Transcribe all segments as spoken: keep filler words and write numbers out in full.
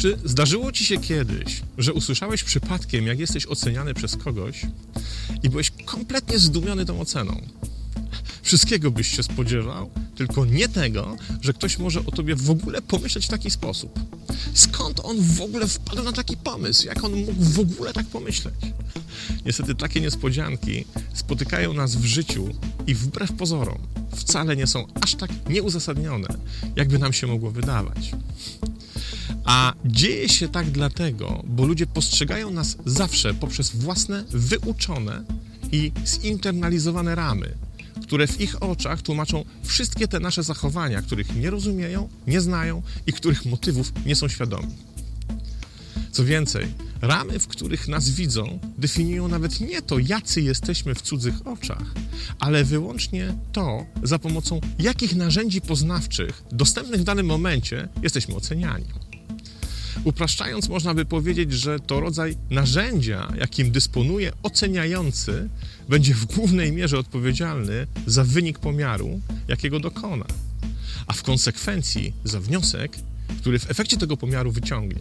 Czy zdarzyło ci się kiedyś, że usłyszałeś przypadkiem, jak jesteś oceniany przez kogoś i byłeś kompletnie zdumiony tą oceną? Wszystkiego byś się spodziewał, tylko nie tego, że ktoś może o tobie w ogóle pomyśleć w taki sposób. Skąd on w ogóle wpadł na taki pomysł? Jak on mógł w ogóle tak pomyśleć? Niestety takie niespodzianki spotykają nas w życiu i wbrew pozorom wcale nie są aż tak nieuzasadnione, jakby nam się mogło wydawać. A dzieje się tak dlatego, bo ludzie postrzegają nas zawsze poprzez własne, wyuczone i zinternalizowane ramy, które w ich oczach tłumaczą wszystkie te nasze zachowania, których nie rozumieją, nie znają i których motywów nie są świadomi. Co więcej, ramy, w których nas widzą, definiują nawet nie to, jacy jesteśmy w cudzych oczach, ale wyłącznie to, za pomocą jakich narzędzi poznawczych dostępnych w danym momencie jesteśmy oceniani. Upraszczając, można by powiedzieć, że to rodzaj narzędzia, jakim dysponuje oceniający, będzie w głównej mierze odpowiedzialny za wynik pomiaru, jakiego dokona, a w konsekwencji za wniosek, który w efekcie tego pomiaru wyciągnie.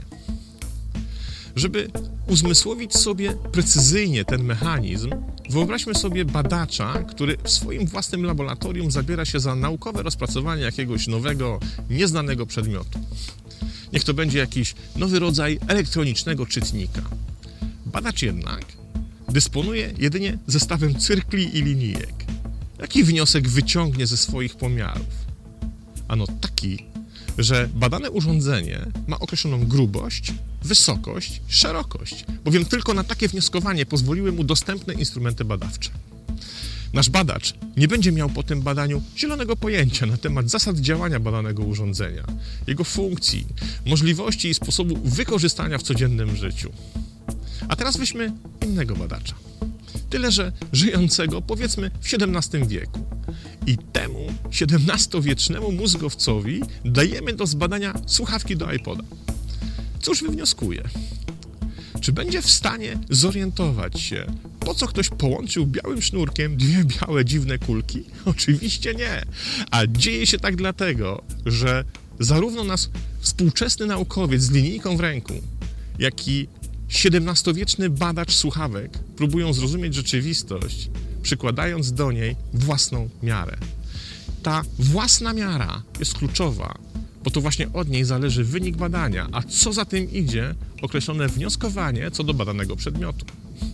Żeby uzmysłowić sobie precyzyjnie ten mechanizm, wyobraźmy sobie badacza, który w swoim własnym laboratorium zabiera się za naukowe rozpracowanie jakiegoś nowego, nieznanego przedmiotu. Niech to będzie jakiś nowy rodzaj elektronicznego czytnika. Badacz jednak dysponuje jedynie zestawem cyrkli i linijek. Jaki wniosek wyciągnie ze swoich pomiarów? Ano taki, że badane urządzenie ma określoną grubość, wysokość, szerokość, bowiem tylko na takie wnioskowanie pozwoliły mu dostępne instrumenty badawcze. Nasz badacz nie będzie miał po tym badaniu zielonego pojęcia na temat zasad działania badanego urządzenia, jego funkcji, możliwości i sposobu wykorzystania w codziennym życiu. A teraz weźmy innego badacza. Tyle, że żyjącego powiedzmy w siedemnastym wieku. I temu siedemnastowiecznemu mózgowcowi dajemy do zbadania słuchawki do iPoda. Cóż wywnioskuje? Czy będzie w stanie zorientować się, po co ktoś połączył białym sznurkiem dwie białe, dziwne kulki? Oczywiście nie. A dzieje się tak dlatego, że zarówno nasz współczesny naukowiec z linijką w ręku, jak i siedemnastowieczny badacz słuchawek próbują zrozumieć rzeczywistość, przykładając do niej własną miarę. Ta własna miara jest kluczowa, bo to właśnie od niej zależy wynik badania, a co za tym idzie, określone wnioskowanie co do badanego przedmiotu.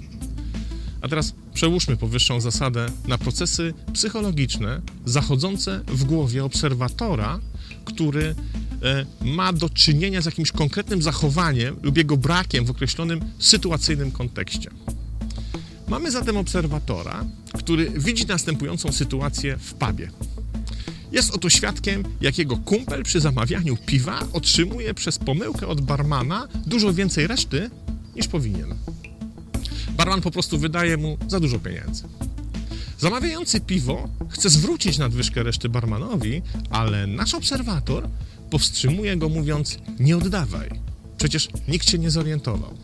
A teraz przełóżmy powyższą zasadę na procesy psychologiczne zachodzące w głowie obserwatora, który e, ma do czynienia z jakimś konkretnym zachowaniem lub jego brakiem w określonym sytuacyjnym kontekście. Mamy zatem obserwatora, który widzi następującą sytuację w pubie. Jest oto świadkiem, jak jego kumpel przy zamawianiu piwa otrzymuje przez pomyłkę od barmana dużo więcej reszty, niż powinien. Barman po prostu wydaje mu za dużo pieniędzy. Zamawiający piwo chce zwrócić nadwyżkę reszty barmanowi, ale nasz obserwator powstrzymuje go, mówiąc: nie oddawaj, przecież nikt się nie zorientował.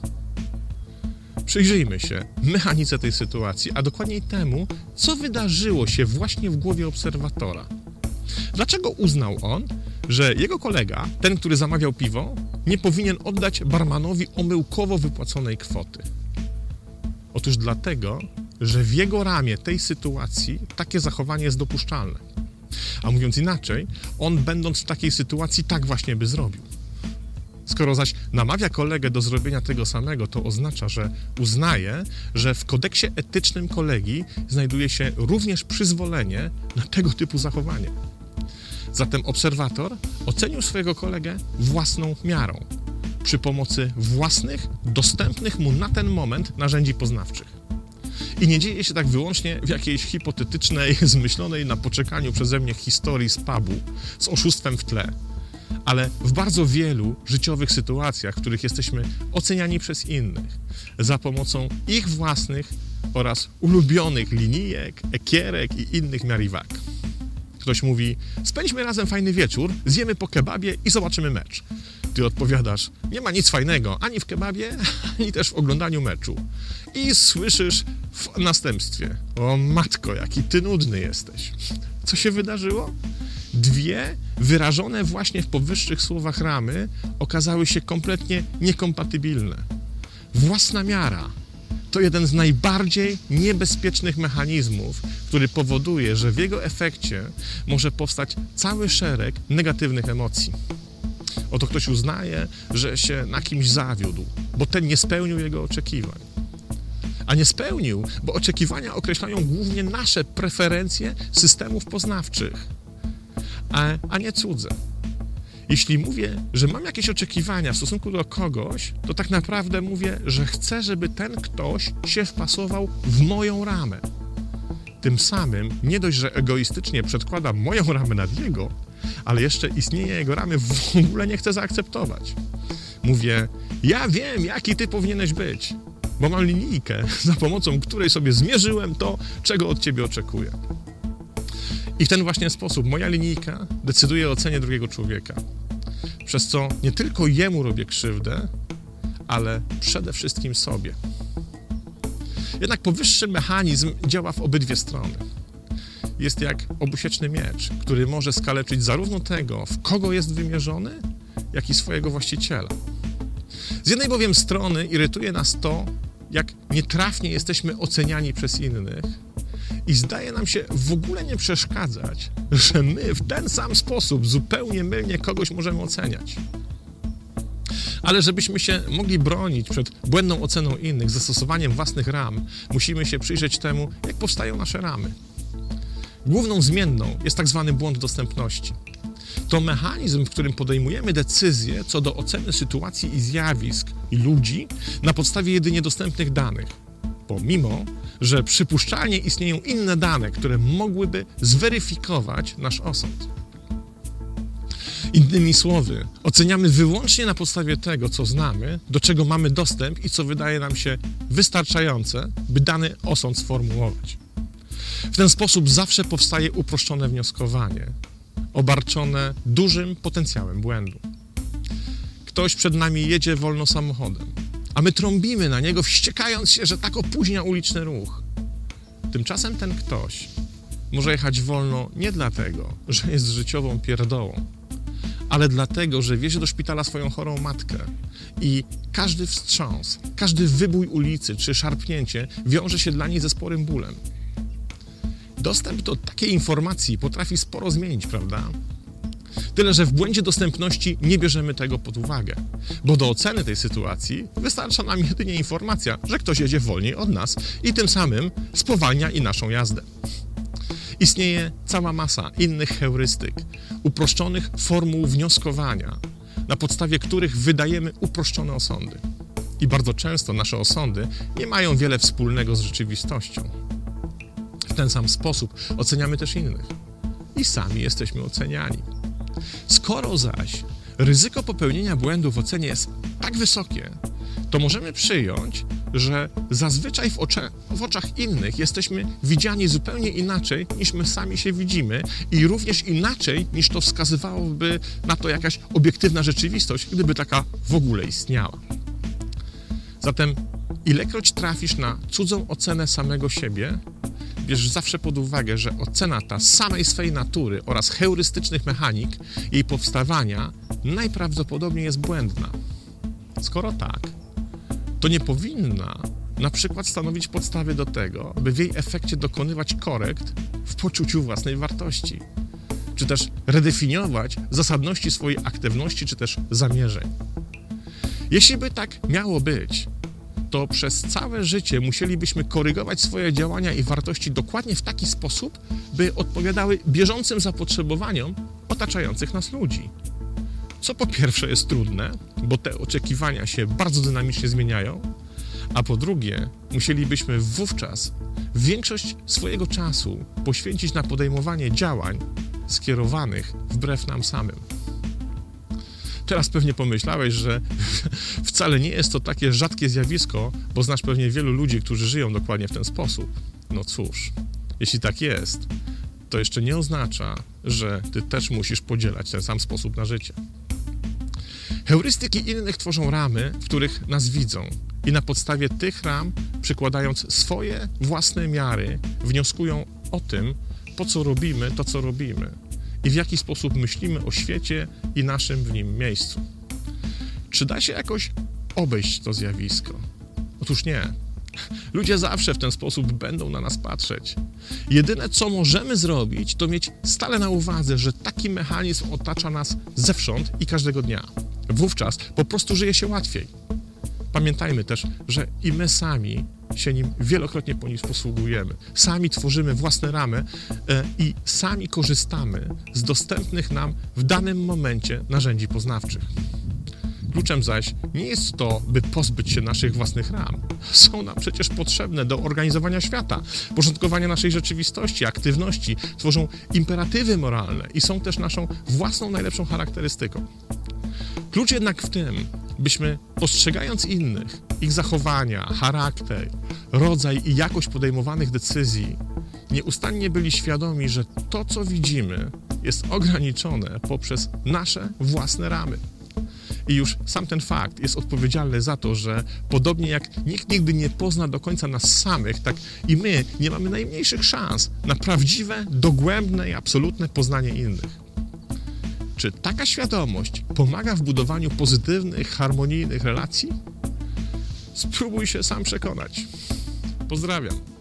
Przyjrzyjmy się mechanice tej sytuacji, a dokładniej temu, co wydarzyło się właśnie w głowie obserwatora. Dlaczego uznał on, że jego kolega, ten, który zamawiał piwo, nie powinien oddać barmanowi omyłkowo wypłaconej kwoty? Otóż dlatego, że w jego ramię tej sytuacji takie zachowanie jest dopuszczalne. A mówiąc inaczej, on będąc w takiej sytuacji tak właśnie by zrobił. Skoro zaś namawia kolegę do zrobienia tego samego, to oznacza, że uznaje, że w kodeksie etycznym kolegi znajduje się również przyzwolenie na tego typu zachowanie. Zatem obserwator ocenił swojego kolegę własną miarą, przy pomocy własnych, dostępnych mu na ten moment narzędzi poznawczych. I nie dzieje się tak wyłącznie w jakiejś hipotetycznej, zmyślonej na poczekaniu przeze mnie historii z pubu, z oszustwem w tle, ale w bardzo wielu życiowych sytuacjach, w których jesteśmy oceniani przez innych, za pomocą ich własnych oraz ulubionych linijek, ekierek i innych miar i wag. Ktoś mówi: spędźmy razem fajny wieczór, zjemy po kebabie i zobaczymy mecz. Ty odpowiadasz: nie ma nic fajnego ani w kebabie, ani też w oglądaniu meczu. I słyszysz w następstwie: o matko, jaki ty nudny jesteś. Co się wydarzyło? dwie wyrażone właśnie w powyższych słowach ramy okazały się kompletnie niekompatybilne. Własna miara to jeden z najbardziej niebezpiecznych mechanizmów, który powoduje, że w jego efekcie może powstać cały szereg negatywnych emocji. Oto ktoś uznaje, że się na kimś zawiódł, bo ten nie spełnił jego oczekiwań. A nie spełnił, bo oczekiwania określają głównie nasze preferencje systemów poznawczych, a, a nie cudze. Jeśli mówię, że mam jakieś oczekiwania w stosunku do kogoś, to tak naprawdę mówię, że chcę, żeby ten ktoś się wpasował w moją ramę. Tym samym nie dość, że egoistycznie przedkładam moją ramę nad jego, ale jeszcze istnienie jego ramy w ogóle nie chcę zaakceptować. Mówię, ja wiem, jaki ty powinieneś być, bo mam linijkę, za pomocą której sobie zmierzyłem to, czego od ciebie oczekuję. I w ten właśnie sposób moja linijka decyduje o ocenie drugiego człowieka, przez co nie tylko jemu robię krzywdę, ale przede wszystkim sobie. Jednak powyższy mechanizm działa w obydwie strony. Jest jak obusieczny miecz, który może skaleczyć zarówno tego, w kogo jest wymierzony, jak i swojego właściciela. Z jednej bowiem strony irytuje nas to, jak nietrafnie jesteśmy oceniani przez innych i zdaje nam się w ogóle nie przeszkadzać, że my w ten sam sposób zupełnie mylnie kogoś możemy oceniać. Ale żebyśmy się mogli bronić przed błędną oceną innych, zastosowaniem własnych ram, musimy się przyjrzeć temu, jak powstają nasze ramy. Główną zmienną jest tak zwany błąd dostępności. To mechanizm, w którym podejmujemy decyzje co do oceny sytuacji i zjawisk i ludzi na podstawie jedynie dostępnych danych, pomimo że przypuszczalnie istnieją inne dane, które mogłyby zweryfikować nasz osąd. Innymi słowy, oceniamy wyłącznie na podstawie tego, co znamy, do czego mamy dostęp i co wydaje nam się wystarczające, by dany osąd sformułować. W ten sposób zawsze powstaje uproszczone wnioskowanie, obarczone dużym potencjałem błędu. Ktoś przed nami jedzie wolno samochodem, a my trąbimy na niego, wściekając się, że tak opóźnia uliczny ruch. Tymczasem ten ktoś może jechać wolno nie dlatego, że jest życiową pierdołą, ale dlatego, że wiezie do szpitala swoją chorą matkę i każdy wstrząs, każdy wybój ulicy czy szarpnięcie wiąże się dla niej ze sporym bólem. Dostęp do takiej informacji potrafi sporo zmienić, prawda? Tyle, że w błędzie dostępności nie bierzemy tego pod uwagę, bo do oceny tej sytuacji wystarcza nam jedynie informacja, że ktoś jedzie wolniej od nas i tym samym spowalnia i naszą jazdę. Istnieje cała masa innych heurystyk, uproszczonych formuł wnioskowania, na podstawie których wydajemy uproszczone osądy. I bardzo często nasze osądy nie mają wiele wspólnego z rzeczywistością. W ten sam sposób oceniamy też innych i sami jesteśmy oceniani. Skoro zaś ryzyko popełnienia błędu w ocenie jest tak wysokie, to możemy przyjąć, że zazwyczaj w, ocze, w oczach innych jesteśmy widziani zupełnie inaczej, niż my sami się widzimy i również inaczej, niż to wskazywałoby na to jakaś obiektywna rzeczywistość, gdyby taka w ogóle istniała. Zatem ilekroć trafisz na cudzą ocenę samego siebie, bierz zawsze pod uwagę, że ocena ta samej swej natury oraz heurystycznych mechanik jej powstawania najprawdopodobniej jest błędna. Skoro tak, to nie powinna na przykład stanowić podstawy do tego, by w jej efekcie dokonywać korekt w poczuciu własnej wartości, czy też redefiniować zasadności swojej aktywności, czy też zamierzeń. Jeśli by tak miało być, to przez całe życie musielibyśmy korygować swoje działania i wartości dokładnie w taki sposób, by odpowiadały bieżącym zapotrzebowaniom otaczających nas ludzi. Co po pierwsze jest trudne, bo te oczekiwania się bardzo dynamicznie zmieniają, a po drugie musielibyśmy wówczas większość swojego czasu poświęcić na podejmowanie działań skierowanych wbrew nam samym. Teraz pewnie pomyślałeś, że wcale nie jest to takie rzadkie zjawisko, bo znasz pewnie wielu ludzi, którzy żyją dokładnie w ten sposób. No cóż, jeśli tak jest, to jeszcze nie oznacza, że ty też musisz podzielać ten sam sposób na życie. Heurystyki innych tworzą ramy, w których nas widzą i na podstawie tych ram, przykładając swoje własne miary, wnioskują o tym, po co robimy to, co robimy i w jaki sposób myślimy o świecie i naszym w nim miejscu. Czy da się jakoś obejść to zjawisko? Otóż nie. Ludzie zawsze w ten sposób będą na nas patrzeć. Jedyne, co możemy zrobić, to mieć stale na uwadze, że taki mechanizm otacza nas zewsząd i każdego dnia. Wówczas po prostu żyje się łatwiej. Pamiętajmy też, że i my sami się nim wielokrotnie posługujemy. Sami tworzymy własne ramy i sami korzystamy z dostępnych nam w danym momencie narzędzi poznawczych. Kluczem zaś nie jest to, by pozbyć się naszych własnych ram. Są nam przecież potrzebne do organizowania świata, porządkowania naszej rzeczywistości, aktywności, tworzą imperatywy moralne i są też naszą własną najlepszą charakterystyką. Klucz jednak w tym, byśmy postrzegając innych, ich zachowania, charakter, rodzaj i jakość podejmowanych decyzji, nieustannie byli świadomi, że to, co widzimy, jest ograniczone poprzez nasze własne ramy. I już sam ten fakt jest odpowiedzialny za to, że podobnie jak nikt nigdy nie pozna do końca nas samych, tak i my nie mamy najmniejszych szans na prawdziwe, dogłębne i absolutne poznanie innych. Czy taka świadomość pomaga w budowaniu pozytywnych, harmonijnych relacji? Spróbuj się sam przekonać. Pozdrawiam.